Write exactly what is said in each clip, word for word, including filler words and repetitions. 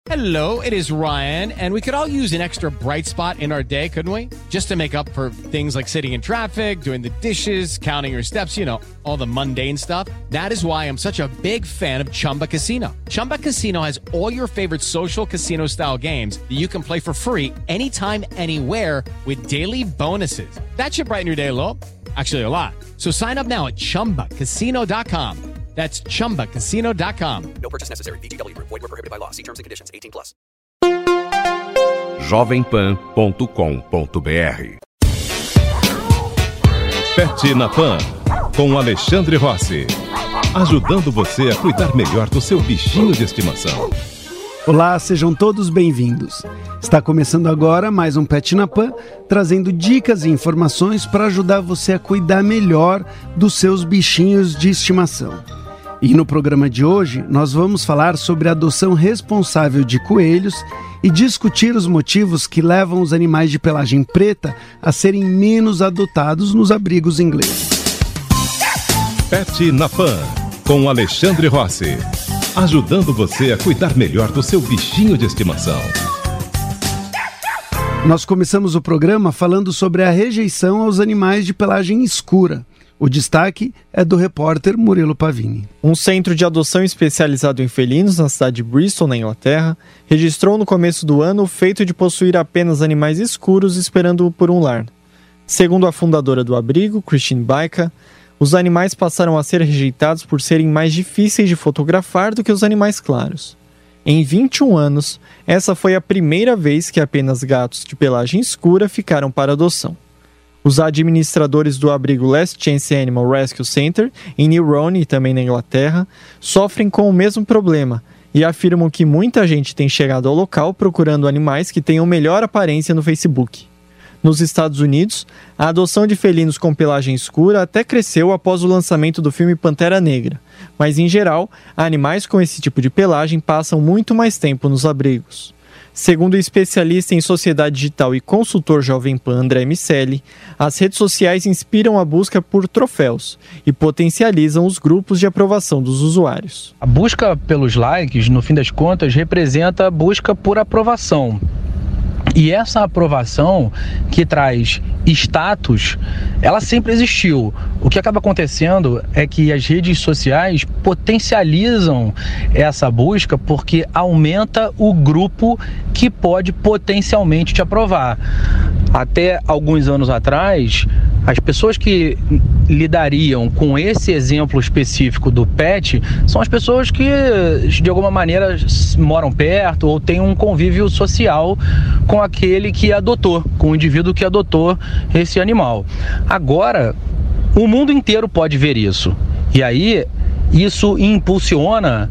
Hello, it is Ryan, and we could all use an extra bright spot in our day, couldn't we? Just to make up for things like sitting in traffic, doing the dishes, counting your steps, you know, all the mundane stuff. That is why I'm such a big fan of Chumba Casino. Chumba Casino has all your favorite social casino-style games that you can play for free anytime, anywhere with daily bonuses. That should brighten your day a little. Actually, a lot. So sign up now at chumba casino dot com. That's chumba casino dot com. No purchase necessary. V G W Group. Void where prohibited by law. See terms and conditions. eighteen plus. jovem pan ponto com ponto b r Pet na Pan, com Alexandre Rossi, ajudando você a cuidar melhor do seu bichinho de estimação. Olá, sejam todos bem-vindos. Está começando agora mais um Pet na Pan, trazendo dicas e informações para ajudar você a cuidar melhor dos seus bichinhos de estimação. E no programa de hoje, nós vamos falar sobre a adoção responsável de coelhos e discutir os motivos que levam os animais de pelagem preta a serem menos adotados nos abrigos ingleses. Pet na Pan, com Alexandre Rossi, ajudando você a cuidar melhor do seu bichinho de estimação. Nós começamos o programa falando sobre a rejeição aos animais de pelagem escura. O destaque é do repórter Murilo Pavini. Um centro de adoção especializado em felinos na cidade de Bristol, na Inglaterra, registrou no começo do ano o feito de possuir apenas animais escuros esperando por um lar. Segundo a fundadora do abrigo, Christine Baika, os animais passaram a ser rejeitados por serem mais difíceis de fotografar do que os animais claros. Em vinte e um anos, essa foi a primeira vez que apenas gatos de pelagem escura ficaram para adoção. Os administradores do abrigo Last Chance Animal Rescue Center, em New Rowan, também na Inglaterra, sofrem com o mesmo problema e afirmam que muita gente tem chegado ao local procurando animais que tenham melhor aparência no Facebook. Nos Estados Unidos, a adoção de felinos com pelagem escura até cresceu após o lançamento do filme Pantera Negra, mas, em geral, animais com esse tipo de pelagem passam muito mais tempo nos abrigos. Segundo o especialista em sociedade digital e consultor Jovem Pan André Miceli, as redes sociais inspiram a busca por troféus e potencializam os grupos de aprovação dos usuários. A busca pelos likes, no fim das contas, representa a busca por aprovação. E essa aprovação que traz status, ela sempre existiu. O que acaba acontecendo é que as redes sociais potencializam essa busca porque aumenta o grupo que pode potencialmente te aprovar. Até alguns anos atrás, as pessoas que lidariam com esse exemplo específico do pet são as pessoas que, de alguma maneira, moram perto ou têm um convívio social com aquele que adotou, com o indivíduo que adotou esse animal. Agora, o mundo inteiro pode ver isso. E aí, isso impulsiona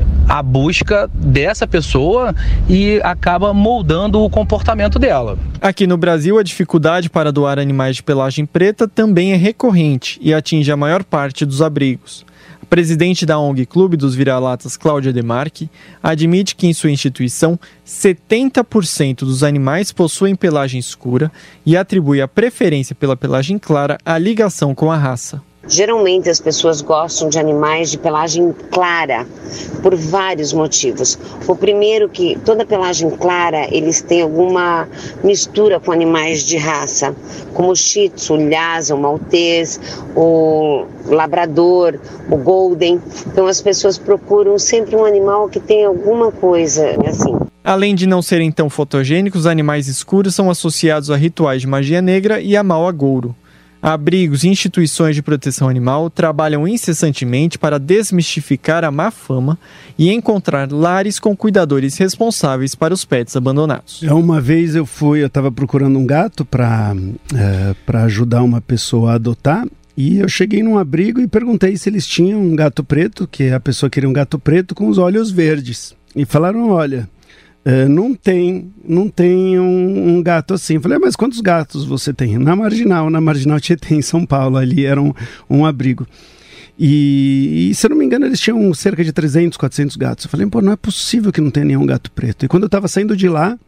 a busca dessa pessoa e acaba moldando o comportamento dela. Aqui no Brasil, a dificuldade para doar animais de pelagem preta também é recorrente e atinge a maior parte dos abrigos. A presidente da O N G Clube dos Vira-Latas, Cláudia Demarque, admite que em sua instituição, setenta por cento dos animais possuem pelagem escura e atribui a preferência pela pelagem clara à ligação com a raça. Geralmente as pessoas gostam de animais de pelagem clara, por vários motivos. O primeiro que toda pelagem clara, eles têm alguma mistura com animais de raça, como o Shih Tzu, o Lhasa, o Maltês, o Labrador, o Golden. Então as pessoas procuram sempre um animal que tem alguma coisa assim. Além de não serem tão fotogênicos, animais escuros são associados a rituais de magia negra e a mau agouro. Abrigos e instituições de proteção animal trabalham incessantemente para desmistificar a má fama e encontrar lares com cuidadores responsáveis para os pets abandonados. Uma vez eu fui, eu estava procurando um gato para é, para ajudar uma pessoa a adotar, e eu cheguei num abrigo e perguntei se eles tinham um gato preto, que a pessoa queria um gato preto com os olhos verdes. E falaram, olha... Uh, não tem, não tem um, um gato assim. Eu falei, mas quantos gatos você tem? Na Marginal, na Marginal Tietê, em São Paulo, ali era um, um abrigo. E, e, se eu não me engano, eles tinham cerca de trezentos, quatrocentos gatos. Eu falei, pô, não é possível que não tenha nenhum gato preto. E quando eu estava saindo de lá,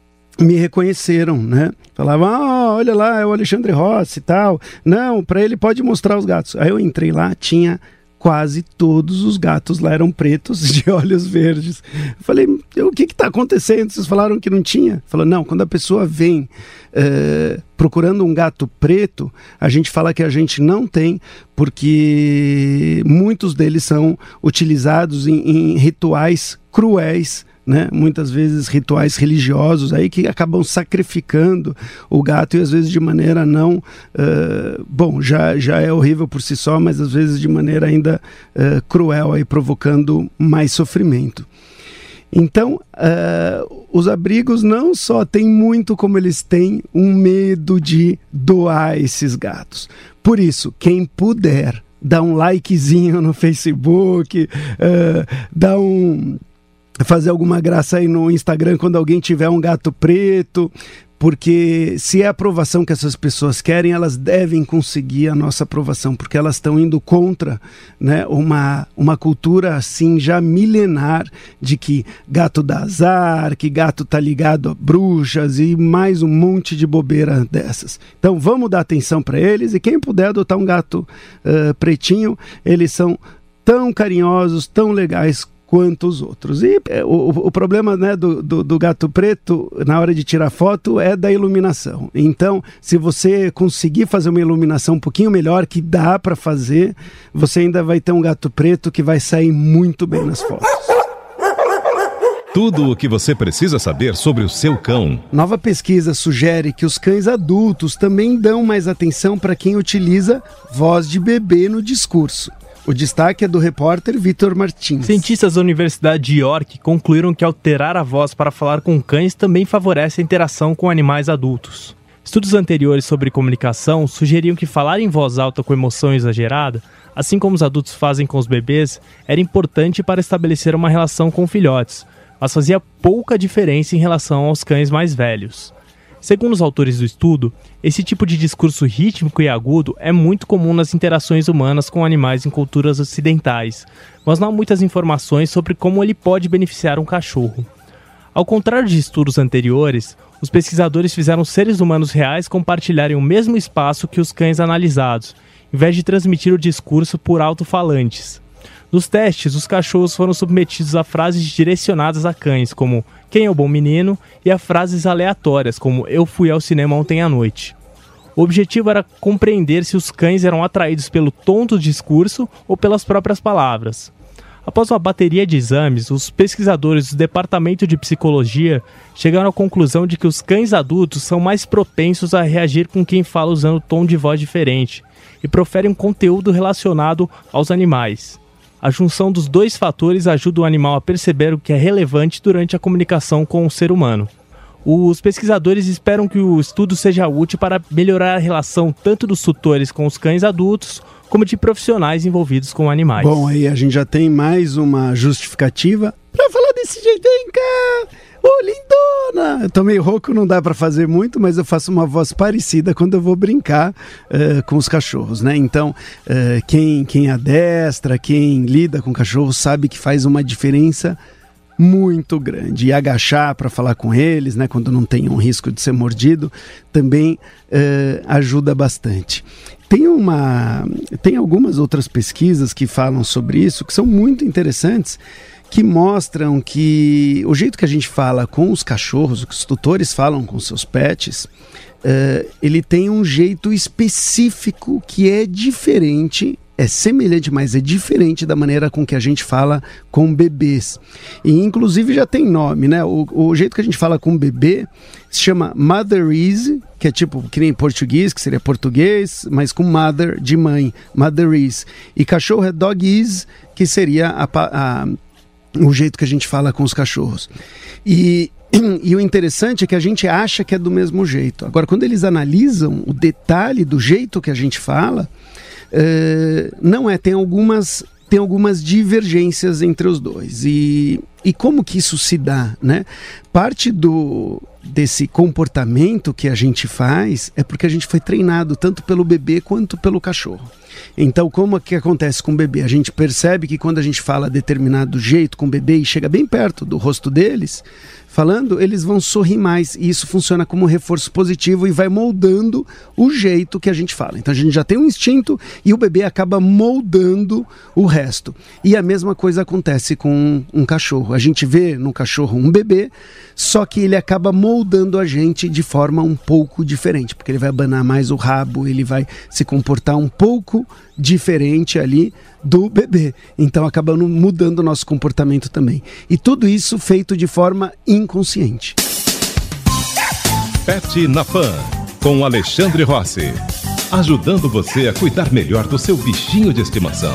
me reconheceram, né? Falavam, ah, olha lá, é o Alexandre Rossi e tal. Não, para ele pode mostrar os gatos. Aí eu entrei lá, tinha quase todos os gatos lá eram pretos de olhos verdes. Eu falei, o que está acontecendo? Vocês falaram que não tinha? Falou, não, quando a pessoa vem uh, procurando um gato preto, a gente fala que a gente não tem, porque muitos deles são utilizados em, em rituais cruéis, né? Muitas vezes rituais religiosos aí que acabam sacrificando o gato e às vezes de maneira não uh, bom, já, já é horrível por si só, mas às vezes de maneira ainda uh, cruel aí, provocando mais sofrimento. Então uh, os abrigos não só têm muito, como eles têm um medo de doar esses gatos. Por isso, quem puder, dá um likezinho no Facebook, uh, dá um fazer alguma graça aí no Instagram quando alguém tiver um gato preto, porque se é a aprovação que essas pessoas querem, elas devem conseguir a nossa aprovação, porque elas estão indo contra, né, uma, uma cultura assim já milenar de que gato dá azar, que gato tá ligado a bruxas e mais um monte de bobeira dessas. Então vamos dar atenção para eles, e quem puder adotar um gato uh, pretinho, eles são tão carinhosos, tão legais quanto os outros. E é, o, o problema, né, do, do, do gato preto na hora de tirar foto é da iluminação. Então, se você conseguir fazer uma iluminação um pouquinho melhor, que dá para fazer, você ainda vai ter um gato preto que vai sair muito bem nas fotos. Tudo o que você precisa saber sobre o seu cão. Nova pesquisa sugere que os cães adultos também dão mais atenção para quem utiliza voz de bebê no discurso. O destaque é do repórter Vitor Martins. Cientistas da Universidade de York concluíram que alterar a voz para falar com cães também favorece a interação com animais adultos. Estudos anteriores sobre comunicação sugeriam que falar em voz alta com emoção exagerada, assim como os adultos fazem com os bebês, era importante para estabelecer uma relação com filhotes, mas fazia pouca diferença em relação aos cães mais velhos. Segundo os autores do estudo, esse tipo de discurso rítmico e agudo é muito comum nas interações humanas com animais em culturas ocidentais, mas não há muitas informações sobre como ele pode beneficiar um cachorro. Ao contrário de estudos anteriores, os pesquisadores fizeram seres humanos reais compartilharem o mesmo espaço que os cães analisados, em vez de transmitir o discurso por alto-falantes. Nos testes, os cachorros foram submetidos a frases direcionadas a cães, como "quem é o bom menino?" e a frases aleatórias, como "eu fui ao cinema ontem à noite". O objetivo era compreender se os cães eram atraídos pelo tom do discurso ou pelas próprias palavras. Após uma bateria de exames, os pesquisadores do Departamento de Psicologia chegaram à conclusão de que os cães adultos são mais propensos a reagir com quem fala usando tom de voz diferente e proferem um conteúdo relacionado aos animais. A junção dos dois fatores ajuda o animal a perceber o que é relevante durante a comunicação com o ser humano. Os pesquisadores esperam que o estudo seja útil para melhorar a relação tanto dos tutores com os cães adultos, como de profissionais envolvidos com animais. Bom, aí a gente já tem mais uma justificativa para falar desse jeito. Vem cá! Ô, lindona! Eu tô meio rouco, não dá para fazer muito, mas eu faço uma voz parecida quando eu vou brincar uh, com os cachorros, né? Então, uh, quem, quem adestra, quem lida com cachorros sabe que faz uma diferença muito grande. E agachar para falar com eles, né, quando não tem um risco de ser mordido, também uh, ajuda bastante. Tem, uma, tem algumas outras pesquisas que falam sobre isso, que são muito interessantes, que mostram que o jeito que a gente fala com os cachorros, que os tutores falam com seus pets, uh, ele tem um jeito específico que é diferente, é semelhante, mas é diferente da maneira com que a gente fala com bebês. E inclusive já tem nome, né? O, o jeito que a gente fala com bebê se chama motherese, que é tipo que nem português, que seria português, mas com mother de mãe, motherese. E cachorro é dogese, que seria a, a o jeito que a gente fala com os cachorros. E, e o interessante é que a gente acha que é do mesmo jeito. Agora, quando eles analisam o detalhe do jeito que a gente fala, uh, não é, tem algumas, tem algumas divergências entre os dois. E E como que isso se dá, né? Parte do, desse comportamento que a gente faz é porque a gente foi treinado tanto pelo bebê quanto pelo cachorro. Então, como que acontece com o bebê? A gente percebe que quando a gente fala determinado jeito com o bebê e chega bem perto do rosto deles, falando, eles vão sorrir mais. E isso funciona como um reforço positivo e vai moldando o jeito que a gente fala. Então, a gente já tem um instinto e o bebê acaba moldando o resto. E a mesma coisa acontece com um, um cachorro. A gente vê no cachorro um bebê, só que ele acaba moldando a gente de forma um pouco diferente, porque ele vai abanar mais o rabo, ele vai se comportar um pouco diferente ali do bebê. Então acaba mudando o nosso comportamento também. E tudo isso feito de forma inconsciente. Pet na Pan, com Alexandre Rossi. Ajudando você a cuidar melhor do seu bichinho de estimação.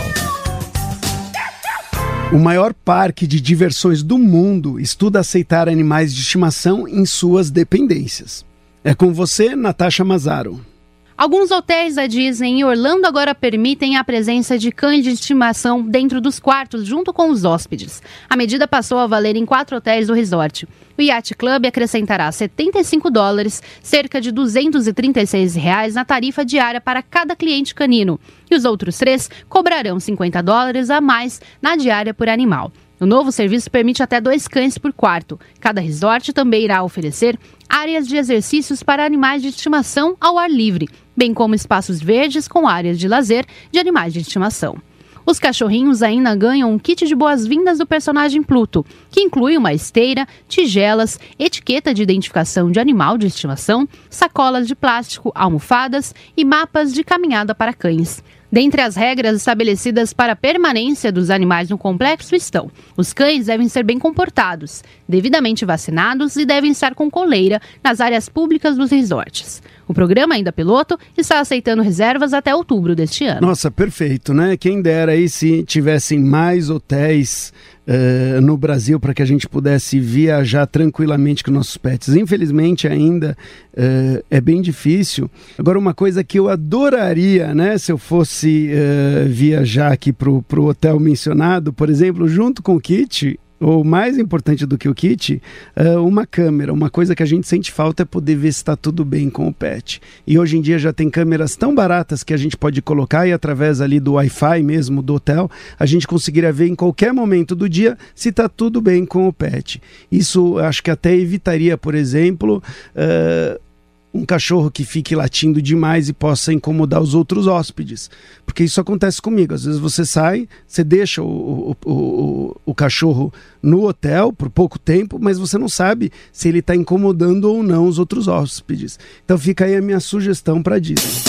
O maior parque de diversões do mundo estuda aceitar animais de estimação em suas dependências. É com você, Natasha Mazzaro. Alguns hotéis da Disney em Orlando agora permitem a presença de cães de estimação dentro dos quartos, junto com os hóspedes. A medida passou a valer em quatro hotéis do resort. O Yacht Club acrescentará setenta e cinco dólares, cerca de duzentos e trinta e seis reais na tarifa diária para cada cliente canino. E os outros três cobrarão cinquenta dólares a mais na diária por animal. O novo serviço permite até dois cães por quarto. Cada resort também irá oferecer áreas de exercícios para animais de estimação ao ar livre, bem como espaços verdes com áreas de lazer de animais de estimação. Os cachorrinhos ainda ganham um kit de boas-vindas do personagem Pluto, que inclui uma esteira, tigelas, etiqueta de identificação de animal de estimação, sacolas de plástico, almofadas e mapas de caminhada para cães. Dentre as regras estabelecidas para a permanência dos animais no complexo estão: os cães devem ser bem comportados, devidamente vacinados e devem estar com coleira nas áreas públicas dos resorts. O programa, ainda piloto, está aceitando reservas até outubro deste ano. Nossa, perfeito, né? Quem dera aí se tivessem mais hotéis uh, no Brasil para que a gente pudesse viajar tranquilamente com nossos pets. Infelizmente ainda uh, é bem difícil. Agora, uma coisa que eu adoraria, né? Se eu fosse uh, viajar aqui para o hotel mencionado, por exemplo, junto com o kit, ou mais importante do que o kit, uh, uma câmera. Uma coisa que a gente sente falta é poder ver se está tudo bem com o pet. E hoje em dia já tem câmeras tão baratas que a gente pode colocar e através ali do Wi-Fi mesmo do hotel, a gente conseguiria ver em qualquer momento do dia se está tudo bem com o pet. Isso acho que até evitaria, por exemplo, uh, um cachorro que fique latindo demais e possa incomodar os outros hóspedes. Porque isso acontece comigo. Às vezes você sai, você deixa o, o, o, o cachorro no hotel por pouco tempo, mas você não sabe se ele está incomodando ou não os outros hóspedes. Então fica aí a minha sugestão para Disney.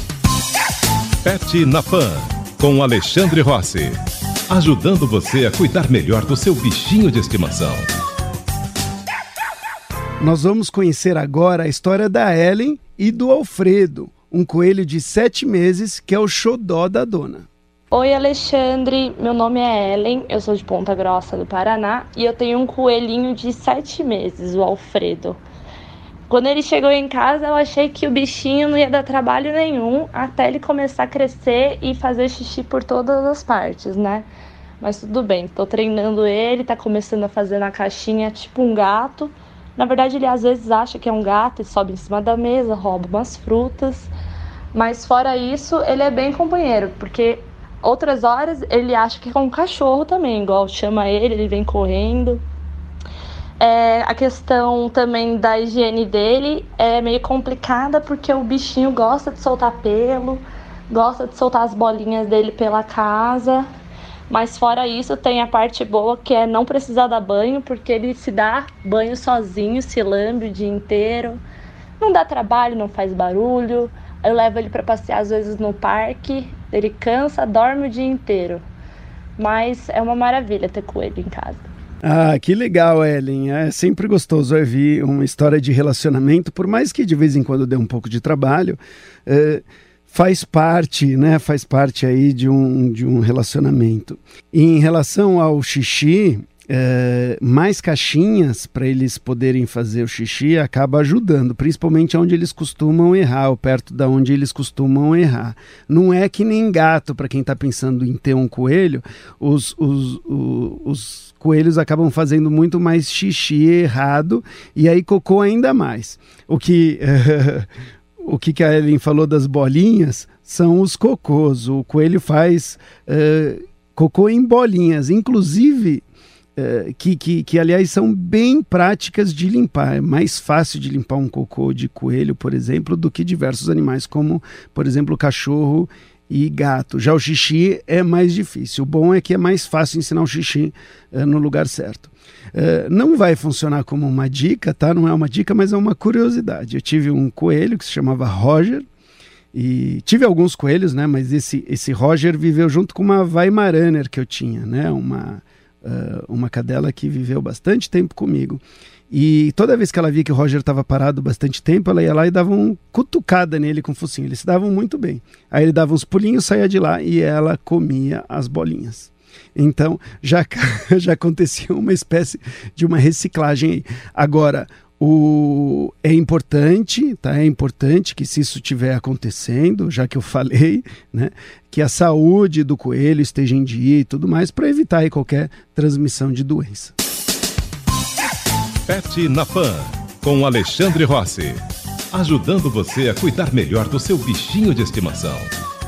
Pet na Pan, com Alexandre Rossi. Ajudando você a cuidar melhor do seu bichinho de estimação. Nós vamos conhecer agora a história da Ellen e do Alfredo, um coelho de sete meses que é o xodó da dona. Oi, Alexandre, meu nome é Ellen, eu sou de Ponta Grossa do Paraná e eu tenho um coelhinho de sete meses, o Alfredo. Quando ele chegou em casa, eu achei que o bichinho não ia dar trabalho nenhum até ele começar a crescer e fazer xixi por todas as partes, né? Mas tudo bem, tô treinando ele, tá começando a fazer na caixinha tipo um gato. Na verdade, ele às vezes acha que é um gato e sobe em cima da mesa, rouba umas frutas. Mas fora isso, ele é bem companheiro, porque outras horas ele acha que é um cachorro também, igual chama ele, ele vem correndo. É, a questão também da higiene dele é meio complicada, porque o bichinho gosta de soltar pelo, gosta de soltar as bolinhas dele pela casa. Mas fora isso, tem a parte boa que é não precisar dar banho, porque ele se dá banho sozinho, se lambe o dia inteiro. Não dá trabalho, não faz barulho. Eu levo ele para passear às vezes no parque, ele cansa, dorme o dia inteiro. Mas é uma maravilha ter coelho em casa. Ah, que legal, Ellen. É sempre gostoso ouvir uma história de relacionamento, por mais que de vez em quando dê um pouco de trabalho. É... faz parte, né, faz parte aí de um, de um relacionamento. E em relação ao xixi, é, mais caixinhas para eles poderem fazer o xixi acaba ajudando, principalmente onde eles costumam errar, ou perto de onde eles costumam errar. Não é que nem gato, para quem está pensando em ter um coelho, os, os, os, os coelhos acabam fazendo muito mais xixi errado e aí cocô ainda mais. O que, o que a Ellen falou das bolinhas são os cocôs. O coelho faz uh, cocô em bolinhas, inclusive... Uh, que, que, que, aliás, são bem práticas de limpar. É mais fácil de limpar um cocô de coelho, por exemplo, do que diversos animais, como, por exemplo, cachorro e gato. Já o xixi é mais difícil. O bom é que é mais fácil ensinar o xixi uh, no lugar certo. Uh, não vai funcionar como uma dica, tá? Não é uma dica, mas é uma curiosidade. Eu tive um coelho que se chamava Roger, e tive alguns coelhos, né? Mas esse, esse Roger viveu junto com uma Weimaraner que eu tinha, né? Uma... Uh, uma cadela que viveu bastante tempo comigo. E toda vez que ela via que o Roger estava parado bastante tempo, ela ia lá e dava uma cutucada nele com o focinho. Eles se davam muito bem. Aí ele dava uns pulinhos, saía de lá e ela comia as bolinhas. Então já, já acontecia uma espécie de uma reciclagem aí. Agora, o... é importante, tá? É importante que, se isso estiver acontecendo, já que eu falei, né, que a saúde do coelho esteja em dia e tudo mais, para evitar aí qualquer transmissão de doença. Pet na Pan, com Alexandre Rossi, ajudando você a cuidar melhor do seu bichinho de estimação.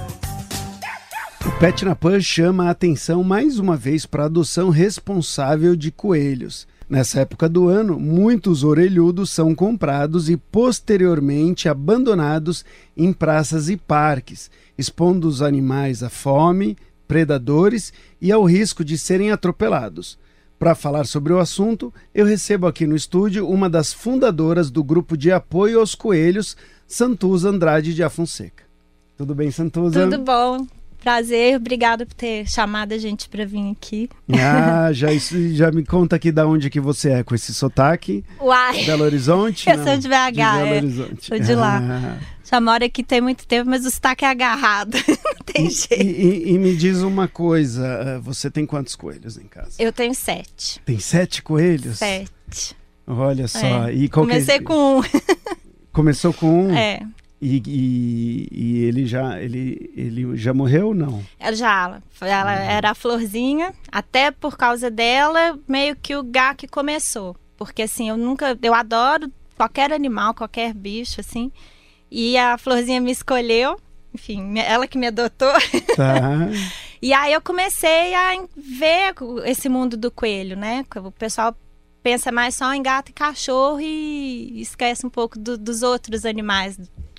O Pet na Pan chama a atenção mais uma vez para a adoção responsável de coelhos. Nessa época do ano, muitos orelhudos são comprados e posteriormente abandonados em praças e parques, expondo os animais à fome, predadores e ao risco de serem atropelados. Para falar sobre o assunto, eu recebo aqui no estúdio uma das fundadoras do grupo de apoio aos coelhos, Santuza Andrade de Afonseca. Tudo bem, Santuza? Tudo bom. Prazer, obrigada por ter chamado a gente para vir aqui. Ah, já, isso, já me conta aqui de onde que você é, com esse sotaque. Uai, Belo Horizonte? eu Não, sou de B H, de Belo é. Horizonte. Sou de lá. Ah. Já moro aqui tem muito tempo, mas o sotaque é agarrado, não tem e, jeito. E, e, e me diz uma coisa, você tem quantos coelhos em casa? Eu tenho sete. Tem sete coelhos? Sete. Olha só. É. E qual Comecei que... com um. Começou com um? É. E, e, e ele, já, ele, ele já morreu ou não? Ela já, ela era a florzinha, até por causa dela, meio que o Gá que começou. Porque assim, eu nunca, eu adoro qualquer animal, qualquer bicho, assim. E a florzinha me escolheu, enfim, ela que me adotou. Tá. E aí eu comecei a ver esse mundo do coelho, né? O pessoal pensa mais só em gato e cachorro e esquece um pouco do, dos outros animais,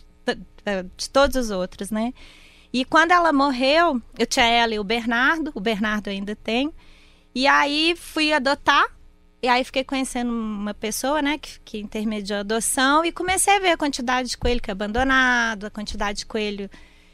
de todos os outros, né? E quando ela morreu, eu tinha ela e o Bernardo, o Bernardo ainda tem, e aí fui adotar, e aí fiquei conhecendo uma pessoa, né, que, que intermediou a adoção, e comecei a ver a quantidade de coelho que é abandonado, a quantidade de coelho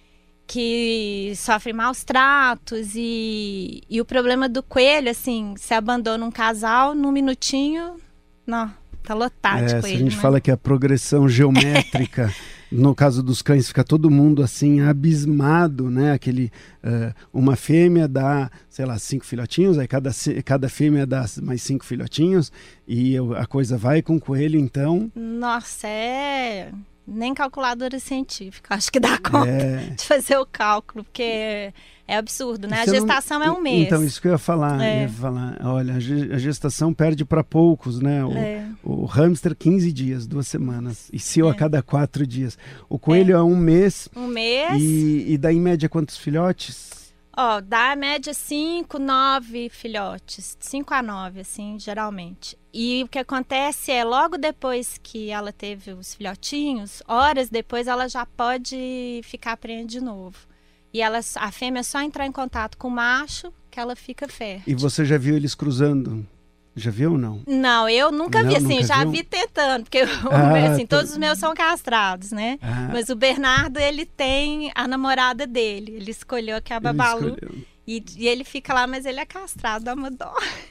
que sofre maus tratos, e, e o problema do coelho, assim, se abandona um casal, num minutinho, não, tá lotado é, de coelho, se a gente né? fala que a progressão geométrica... No caso dos cães, fica todo mundo assim abismado, né? Aquele, uh, uma fêmea dá, sei lá, cinco filhotinhos, aí cada, cada fêmea dá mais cinco filhotinhos e eu, a coisa vai com o coelho, então... Nossa, é... Nem calculadora científica, acho que dá conta é... de fazer o cálculo, porque é absurdo, né? A gestação não... é um mês. Então, isso que eu ia falar, é. eu ia falar olha, a gestação perde para poucos, né? O, é. o hamster, quinze dias, duas semanas, e se eu é. a cada quatro dias. O coelho é, é um mês. Um mês. E, e dá em média quantos filhotes? Ó, dá a média cinco, nove filhotes, cinco a nove, assim, geralmente. E o que acontece é, logo depois que ela teve os filhotinhos, horas depois ela já pode ficar prenha de novo. E ela, a fêmea é só entrar em contato com o macho que ela fica fértil. E você já viu eles cruzando? Já viu ou não? Não, eu nunca não, vi, assim, já viu? vi tentando, porque ah, assim, tá... todos os meus são castrados, né? Ah. Mas o Bernardo, ele tem a namorada dele, ele escolheu que é a Babalu, e, e ele fica lá, mas ele é castrado, dá uma dó.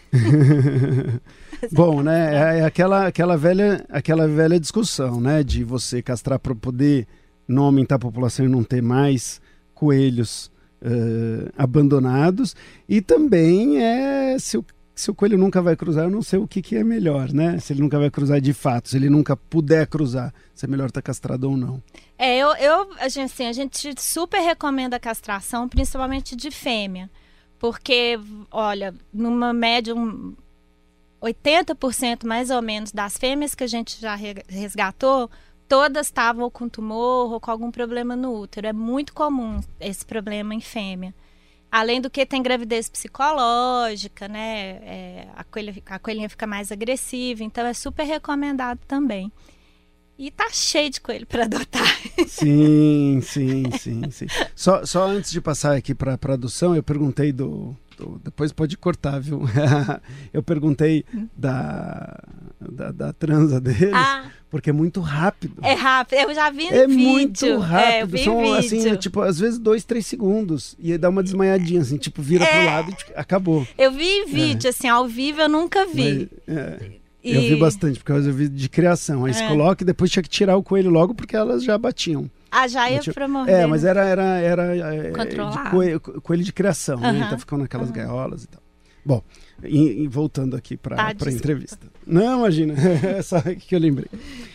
Bom, né, é aquela, aquela, velha, aquela velha discussão, né, de você castrar para poder não aumentar a população e não ter mais coelhos uh, abandonados, e também é se o se o coelho nunca vai cruzar, eu não sei o que, que é melhor, né? Se ele nunca vai cruzar de fato, se ele nunca puder cruzar, se é melhor estar castrado ou não. É, eu, eu a gente, assim, a gente super recomenda a castração, principalmente de fêmea. Porque, olha, numa média, um, oitenta por cento mais ou menos das fêmeas que a gente já resgatou, todas estavam com tumor ou com algum problema no útero. É muito comum esse problema em fêmea. Além do que tem gravidez psicológica, né? É, a, coelha, a coelhinha fica mais agressiva, então é super recomendado também. E tá cheio de coelho para adotar. Sim, sim, sim, sim. Só, só antes de passar aqui para a adoção, eu perguntei do, do... Depois pode cortar, viu? Eu perguntei da, da, da transa deles, ah, porque é muito rápido. É rápido, eu já vi no é vídeo. É muito rápido, é, eu vi são vídeo. assim, é, tipo, às vezes dois, três segundos, e aí dá uma desmaiadinha, assim, tipo, vira é, pro lado e tipo, acabou. Eu vi vídeo, é. assim, ao vivo eu nunca vi. Mas, é. Eu vi bastante, porque eu vi de criação. Aí é. você coloca e depois tinha que tirar o coelho logo, porque elas já batiam. Ah, já ia batiam. promover. É, mas era, era, era de coelho, coelho de criação, uhum. né? Então ficam naquelas uhum. gaiolas e tal. Bom, e, e voltando aqui para ah, a entrevista. Não, imagina, é só que eu lembrei.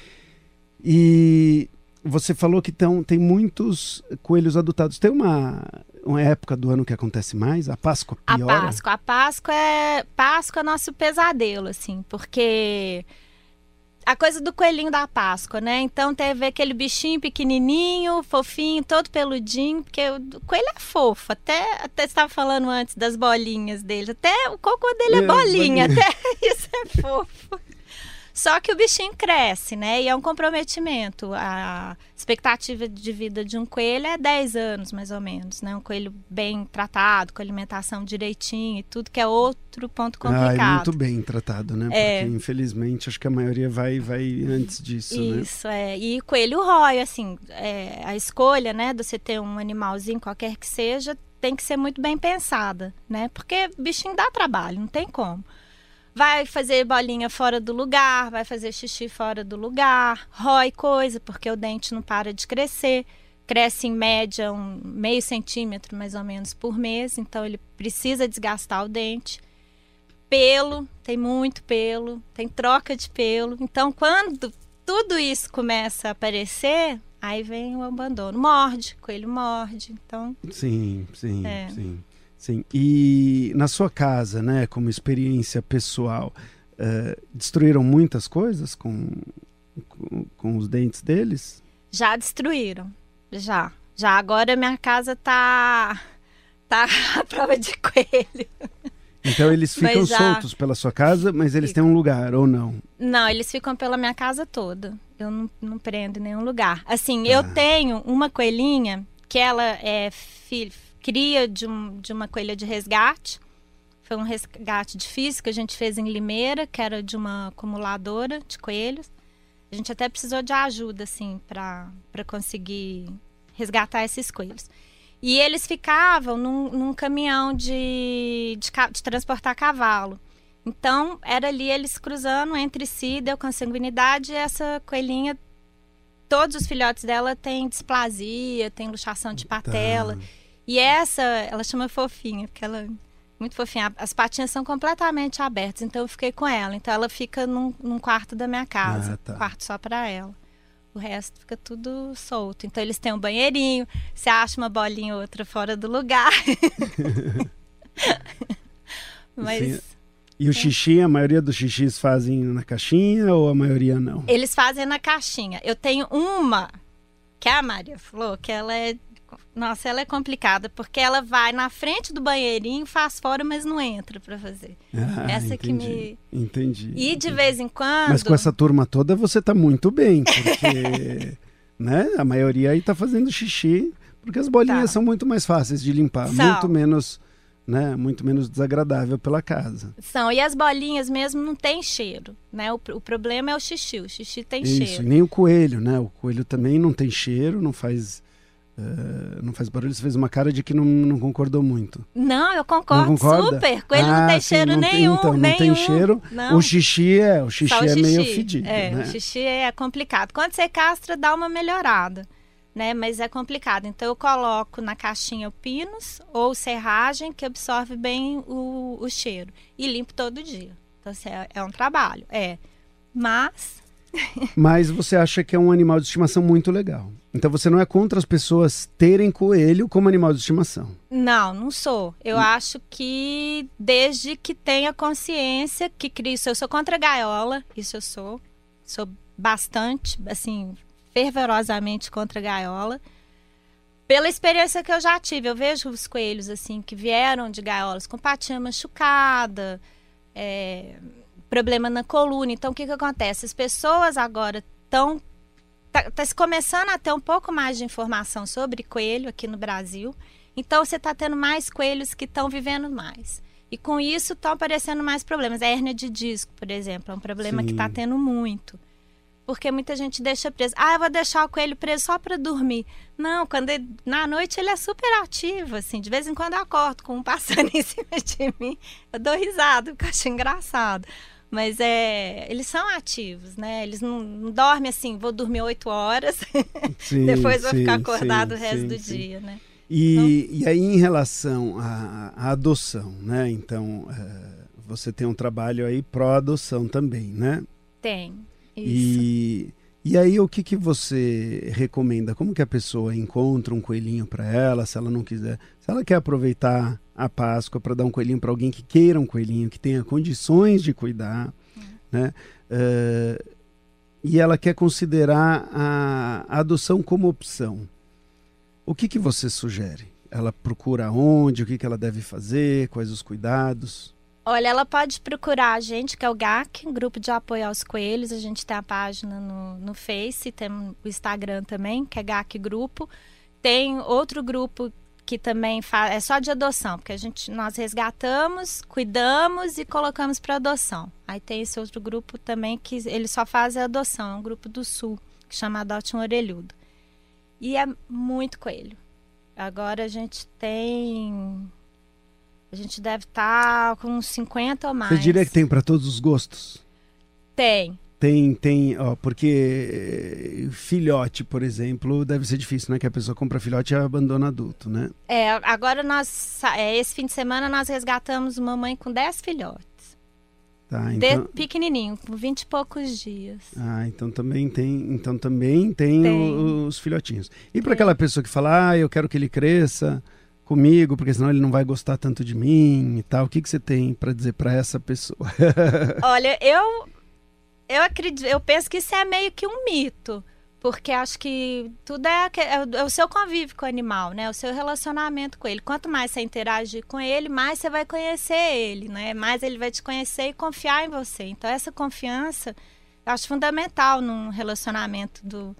E você falou que tão, tem muitos coelhos adotados. Tem uma... uma época do ano que acontece mais? A Páscoa piora? A Páscoa. A Páscoa é, Páscoa é nosso pesadelo, assim, porque a coisa do coelhinho da Páscoa, né? Então teve aquele bichinho pequenininho, fofinho, todo peludinho, porque o coelho é fofo. Até, até você estava falando antes das bolinhas dele. Até o cocô dele é, é bolinha, bolinha, até isso é fofo. Só que o bichinho cresce, né? E é um comprometimento. A expectativa de vida de um coelho é dez anos, mais ou menos, né? Um coelho bem tratado, com alimentação direitinho e tudo, que é outro ponto complicado. Ah, é muito bem tratado, né? É. Porque, infelizmente, acho que a maioria vai, vai antes disso, Isso, né? Isso, é. E coelho rói, assim, é, a escolha, né, de você ter um animalzinho, qualquer que seja, tem que ser muito bem pensada, né? Porque bichinho dá trabalho, não tem como. Vai fazer bolinha fora do lugar, vai fazer xixi fora do lugar, rói coisa, porque o dente não para de crescer. Cresce em média um meio centímetro, mais ou menos, por mês. Então, ele precisa desgastar o dente. Pelo, tem muito pelo, tem troca de pelo. Então, quando tudo isso começa a aparecer, aí vem o abandono. Morde, coelho morde. Então, sim, sim, é. sim. Sim, e na sua casa, né, como experiência pessoal, uh, destruíram muitas coisas com, com, com os dentes deles? Já destruíram, já. Já agora minha casa tá, tá à prova de coelho. Então eles ficam já... soltos pela sua casa, mas eles Fico. têm um lugar, ou não? Não, eles ficam pela minha casa toda. Eu não, não prendo em nenhum lugar. Assim, ah. eu tenho uma coelhinha que ela é filha... cria de, um, de uma coelha de resgate. Foi um resgate difícil que a gente fez em Limeira, que era de uma acumuladora de coelhos. A gente até precisou de ajuda, assim, para conseguir resgatar esses coelhos. E eles ficavam num, num caminhão de, de, de transportar cavalo. Então, era ali eles cruzando entre si, deu consanguinidade, e essa coelhinha, todos os filhotes dela têm displasia, tem luxação de patela. Tá. E essa, ela chama fofinha, porque ela é muito fofinha. As patinhas são completamente abertas, então eu fiquei com ela. Então ela fica num, num quarto da minha casa, ah, tá. um quarto só para ela. O resto fica tudo solto. Então eles têm um banheirinho, você acha uma bolinha ou outra fora do lugar. Mas... Sim. E o xixi, a maioria dos xixis fazem na caixinha ou a maioria não? Eles fazem na caixinha. Eu tenho uma, que a Maria falou, que ela é... Nossa, ela é complicada, porque ela vai na frente do banheirinho, faz fora, mas não entra pra fazer. Ah, essa entendi, que me... Entendi. E entendi. de vez em quando... Mas com essa turma toda você tá muito bem, porque né, a maioria aí tá fazendo xixi, porque as bolinhas tá. são muito mais fáceis de limpar, são. muito menos... Né, muito menos desagradável pela casa. São, e as bolinhas mesmo não tem cheiro, né? O, o problema é o xixi, o xixi tem Isso, cheiro. E nem o coelho, né? O coelho também não tem cheiro, não faz... Uh, não faz barulho, você fez uma cara de que não, não concordou muito. Não, eu concordo super. Coelho ah, não tem sim, cheiro não nenhum. Tem, então, nenhum, não tem cheiro. Não. O xixi é, o xixi o é xixi, meio fedido. É, né? o xixi é complicado. Quando você castra, dá uma melhorada. né? Mas é complicado. Então eu coloco na caixinha o pinus ou serragem, que absorve bem o, o cheiro. E limpo todo dia. Então assim, é, é um trabalho, é. Mas... Mas você acha que é um animal de estimação muito legal. Então você não é contra as pessoas terem coelho como animal de estimação? Não, não sou. Eu hum. acho que desde que tenha consciência que cria isso. Eu sou contra a gaiola, isso eu sou. Sou bastante, assim, fervorosamente contra a gaiola. Pela experiência que eu já tive, eu vejo os coelhos, assim, que vieram de gaiolas com patinha machucada, é... problema na coluna. Então, o que que acontece? As pessoas agora estão... Tá, tá se começando a ter um pouco mais de informação sobre coelho aqui no Brasil. Então, você está tendo mais coelhos que estão vivendo mais. E com isso, estão aparecendo mais problemas. A hérnia de disco, por exemplo, é um problema Sim. que está tendo muito. Porque muita gente deixa preso. Ah, eu vou deixar o coelho preso só para dormir. Não, quando ele, na noite ele é super ativo, assim. De vez em quando eu acordo com um passando em cima de mim. Eu dou risada, porque eu acho engraçado. Mas é, eles são ativos, né? Eles não, não dormem assim, vou dormir oito horas, sim, depois vou sim, ficar acordado sim, o resto sim, do sim. dia, né? E, então... e aí, em relação à, à adoção, né? Então, uh, você tem um trabalho aí pró-adoção também, né? Tem, isso. E, e aí, o que, que você recomenda? Como que a pessoa encontra um coelhinho para ela, se ela não quiser? Se ela quer aproveitar a Páscoa para dar um coelhinho para alguém que queira um coelhinho, que tenha condições de cuidar, hum. né? Uh, e ela quer considerar a, a adoção como opção. O que, que você sugere? Ela procura onde? O que, que ela deve fazer? Quais os cuidados? Olha, ela pode procurar a gente, que é o G A C, Grupo de Apoio aos Coelhos. A gente tem a página no, no Face, tem o Instagram também, que é G A C Grupo. Tem outro grupo que também faz, é só de adoção, porque a gente, nós resgatamos, cuidamos e colocamos para adoção. Aí tem esse outro grupo também que ele só faz a adoção, é um grupo do Sul, que chama Adote um Orelhudo. E é muito coelho. Agora a gente tem... A gente deve estar com uns cinquenta ou mais. Você diria que tem para todos os gostos? Tem. Tem, tem, ó, porque filhote, por exemplo, deve ser difícil, né? Que a pessoa compra filhote e abandona adulto, né? É, agora nós, é, esse fim de semana nós resgatamos uma mãe com dez filhotes. Tá, então... De pequenininho, com vinte e poucos dias. Ah, então também tem, então também tem, tem. O, os filhotinhos. E para aquela pessoa que fala, ah, eu quero que ele cresça comigo, porque senão ele não vai gostar tanto de mim e tal, o que, que você tem para dizer para essa pessoa? Olha, eu... Eu acredito, eu penso que isso é meio que um mito, porque acho que tudo é, é o seu convívio com o animal, né? O seu relacionamento com ele. Quanto mais você interagir com ele, mais você vai conhecer ele, né? Mais ele vai te conhecer e confiar em você. Então essa confiança eu acho fundamental num relacionamento do,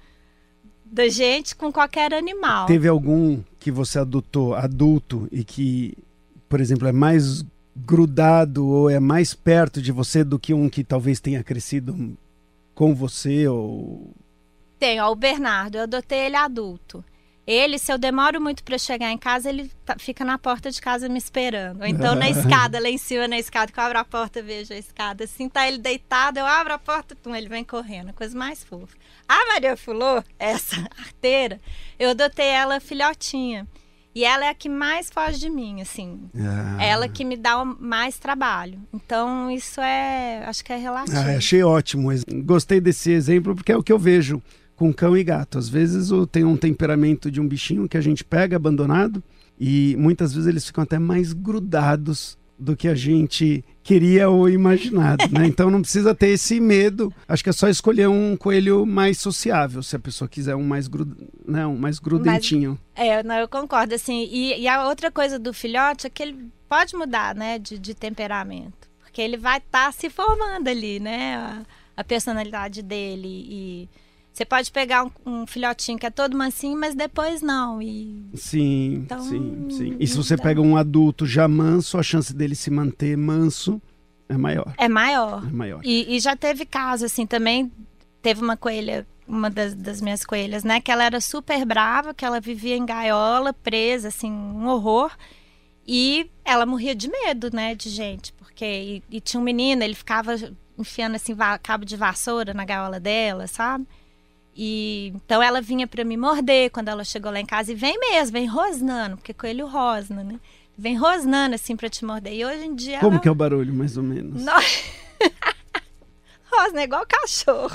da gente com qualquer animal. Teve algum que você adotou adulto e que, por exemplo, é mais grudado ou é mais perto de você do que um que talvez tenha crescido com você? Ou... Tem, ó, o Bernardo, eu adotei ele adulto. Ele, se eu demoro muito para chegar em casa, ele tá, fica na porta de casa me esperando. Ou então na escada, lá em cima na escada, que eu abro a porta, vejo a escada assim, tá ele deitado, eu abro a porta, tum, ele vem correndo, coisa mais fofa. A Maria Fulô, essa arteira, eu adotei ela filhotinha. E ela é a que mais foge de mim, assim. Ah. Ela que me dá mais trabalho. Então, isso é... Acho que é relativo. Ah, achei ótimo. Gostei desse exemplo, porque é o que eu vejo com cão e gato. Às vezes tem um temperamento de um bichinho que a gente pega abandonado e muitas vezes eles ficam até mais grudados do que a gente queria ou imaginado, né? Então não precisa ter esse medo. Acho que é só escolher um coelho mais sociável, se a pessoa quiser um mais, gru... né? um mais grudentinho. Mas, é, não, eu concordo, assim. E, e a outra coisa do filhote é que ele pode mudar, né, de, de temperamento. Porque ele vai estar tá se formando ali, né, a, a personalidade dele. E você pode pegar um, um filhotinho que é todo mansinho, mas depois não. E... Sim, então, sim, sim. E se você dá. pega um adulto já manso, a chance dele se manter manso é maior. É maior. É maior. E, e já teve caso, assim, também teve uma coelha, uma das, das minhas coelhas, né, que ela era super brava, que ela vivia em gaiola, presa, assim, um horror. E ela morria de medo, né, de gente, porque... E, e tinha um menino, ele ficava enfiando, assim, va- cabo de vassoura na gaiola dela, sabe? E então ela vinha para me morder quando ela chegou lá em casa. E vem mesmo, vem rosnando, porque coelho rosna, né? Vem rosnando assim para te morder. E hoje em dia Como ela... que é o barulho, mais ou menos? Não... Rosna é igual cachorro.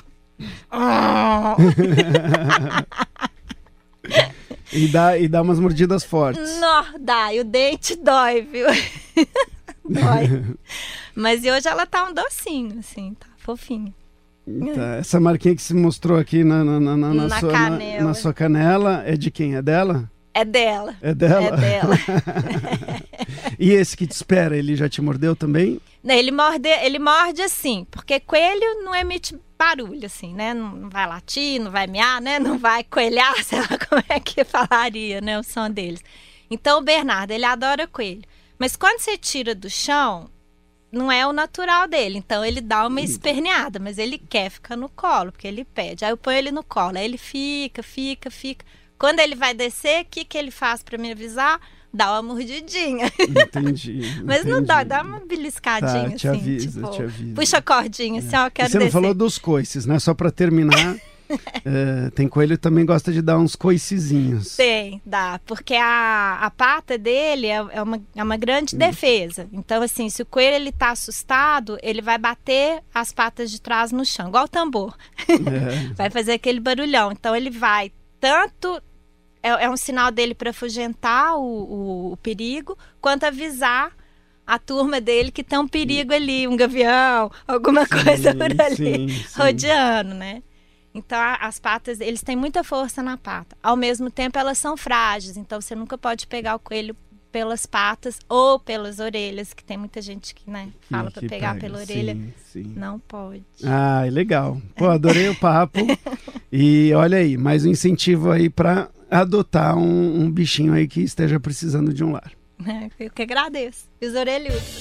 e, dá, e dá umas mordidas fortes. Não, dá. E o dente dói, viu? Dói. Mas e hoje ela tá um docinho, assim, tá fofinha. Tá. Essa marquinha que se mostrou aqui na, na, na, na, Na sua, canela. na, na sua canela é de quem? É dela? É dela. É dela? É dela. E esse que te espera, ele já te mordeu também? Ele morde, ele morde assim, porque coelho não emite barulho, assim, né? Não, não vai latir, não vai miar, né? Não vai coelhar, sei lá como é que falaria, né? O som deles. Então o Bernardo, ele adora coelho. Mas quando você tira do chão, não é o natural dele. Então ele dá uma esperneada, mas ele quer ficar no colo, porque ele pede. Aí eu ponho ele no colo, aí ele fica, fica, fica. Quando ele vai descer, o que, que ele faz para me avisar? Dá uma mordidinha. Entendi. Mas entendi. não dá, dá uma beliscadinha, tá, te assim. avisa, tipo, te avisa. puxa a cordinha, assim, ó, quero e você descer. não falou dos coices, né? Só para terminar, é, tem coelho que também gosta de dar uns coicezinhos. Tem, dá. Porque a, a pata dele é, é, uma, é uma grande defesa. Então, assim, se o coelho ele tá assustado, ele vai bater as patas de trás no chão, igual o tambor. É. Vai fazer aquele barulhão. Então, ele vai tanto... É, é um sinal dele para afugentar o, o, o perigo, quanto avisar a turma dele que tem um perigo ali, um gavião, alguma sim, coisa por ali, sim, rodeando, sim. né? Então, a, as patas, eles têm muita força na pata. Ao mesmo tempo, elas são frágeis, então você nunca pode pegar o coelho pelas patas ou pelas orelhas, que tem muita gente que, né, fala para pegar pega, pela orelha. Sim, sim. Não pode. Ah, legal. Pô, adorei o papo. E olha aí, mais um incentivo aí para adotar um, um bichinho aí que esteja precisando de um lar. Eu que agradeço. E os orelhudos.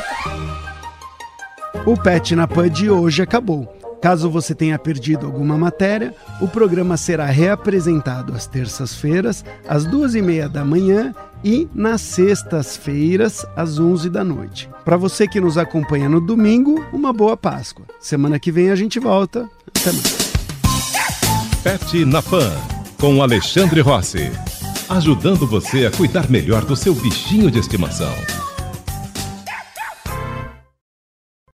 O Pet na Pan de hoje acabou. Caso você tenha perdido alguma matéria, o programa será reapresentado às terças-feiras, às duas e meia da manhã e nas sextas-feiras, às onze da noite. Para você que nos acompanha no domingo, uma boa Páscoa. Semana que vem a gente volta. Até mais. Pet na Pan, com Alexandre Rossi. Ajudando você a cuidar melhor do seu bichinho de estimação.